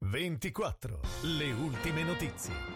24. Le ultime notizie.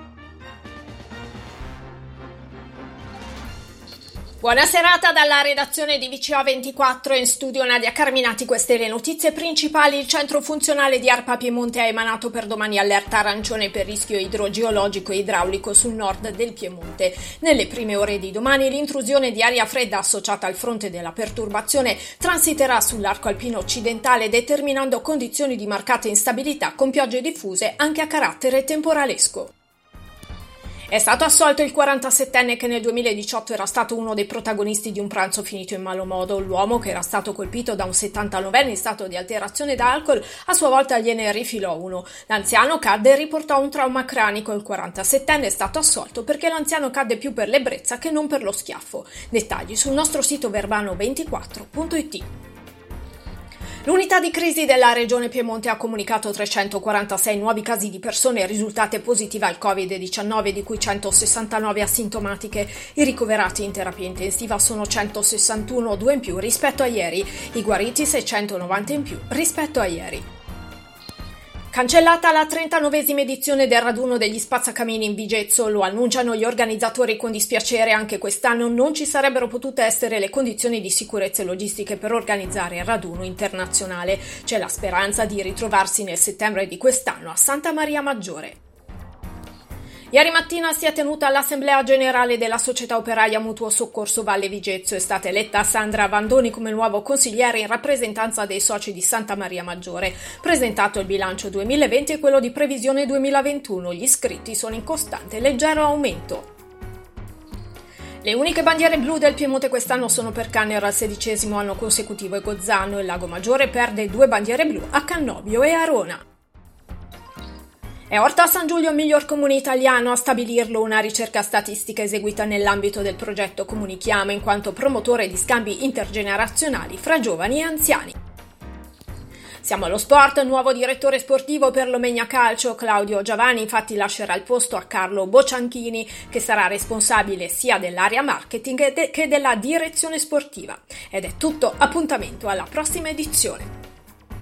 Buona serata dalla redazione di VCA24, in studio Nadia Carminati. Queste le notizie principali. Il centro funzionale di ARPA Piemonte ha emanato per domani allerta arancione per rischio idrogeologico e idraulico sul nord del Piemonte. Nelle prime ore di domani l'intrusione di aria fredda associata al fronte della perturbazione transiterà sull'arco alpino occidentale, determinando condizioni di marcata instabilità con piogge diffuse anche a carattere temporalesco. È stato assolto il 47enne che nel 2018 era stato uno dei protagonisti di un pranzo finito in malo modo. L'uomo, che era stato colpito da un 79enne in stato di alterazione d'alcol, a sua volta gliene rifilò uno. L'anziano cadde e riportò un trauma cranico. Il 47enne è stato assolto perché l'anziano cadde più per l'ebbrezza che non per lo schiaffo. Dettagli sul nostro sito verbano24.it. L'unità di crisi della Regione Piemonte ha comunicato 346 nuovi casi di persone risultate positive al Covid-19, di cui 169 asintomatiche. I ricoverati in terapia intensiva sono 161, 2 in più rispetto a ieri. I guariti 690 in più rispetto a ieri. Cancellata la 39esima edizione del raduno degli spazzacamini in Vigezzo, lo annunciano gli organizzatori con dispiacere. Anche quest'anno non ci sarebbero potute essere le condizioni di sicurezza e logistiche per organizzare il raduno internazionale. C'è la speranza di ritrovarsi nel settembre di quest'anno a Santa Maria Maggiore. Ieri mattina si è tenuta l'Assemblea Generale della Società Operaia Mutuo Soccorso Valle Vigezzo. È stata eletta Sandra Vandoni come nuovo consigliere in rappresentanza dei soci di Santa Maria Maggiore. Presentato il bilancio 2020 e quello di previsione 2021, gli iscritti sono in costante leggero aumento. Le uniche bandiere blu del Piemonte quest'anno sono per Cannero al 16° anno consecutivo e Gozzano. Il Lago Maggiore perde 2 bandiere blu a Cannobio e Arona. È Orta San Giulio il miglior comune italiano a stabilirlo una ricerca statistica eseguita nell'ambito del progetto Comunichiamo, in quanto promotore di scambi intergenerazionali fra giovani e anziani. Siamo allo sport. Nuovo direttore sportivo per l'Omegna Calcio. Claudio Giovanni infatti lascerà il posto a Carlo Bocianchini, che sarà responsabile sia dell'area marketing che della direzione sportiva. Ed è tutto, appuntamento alla prossima edizione.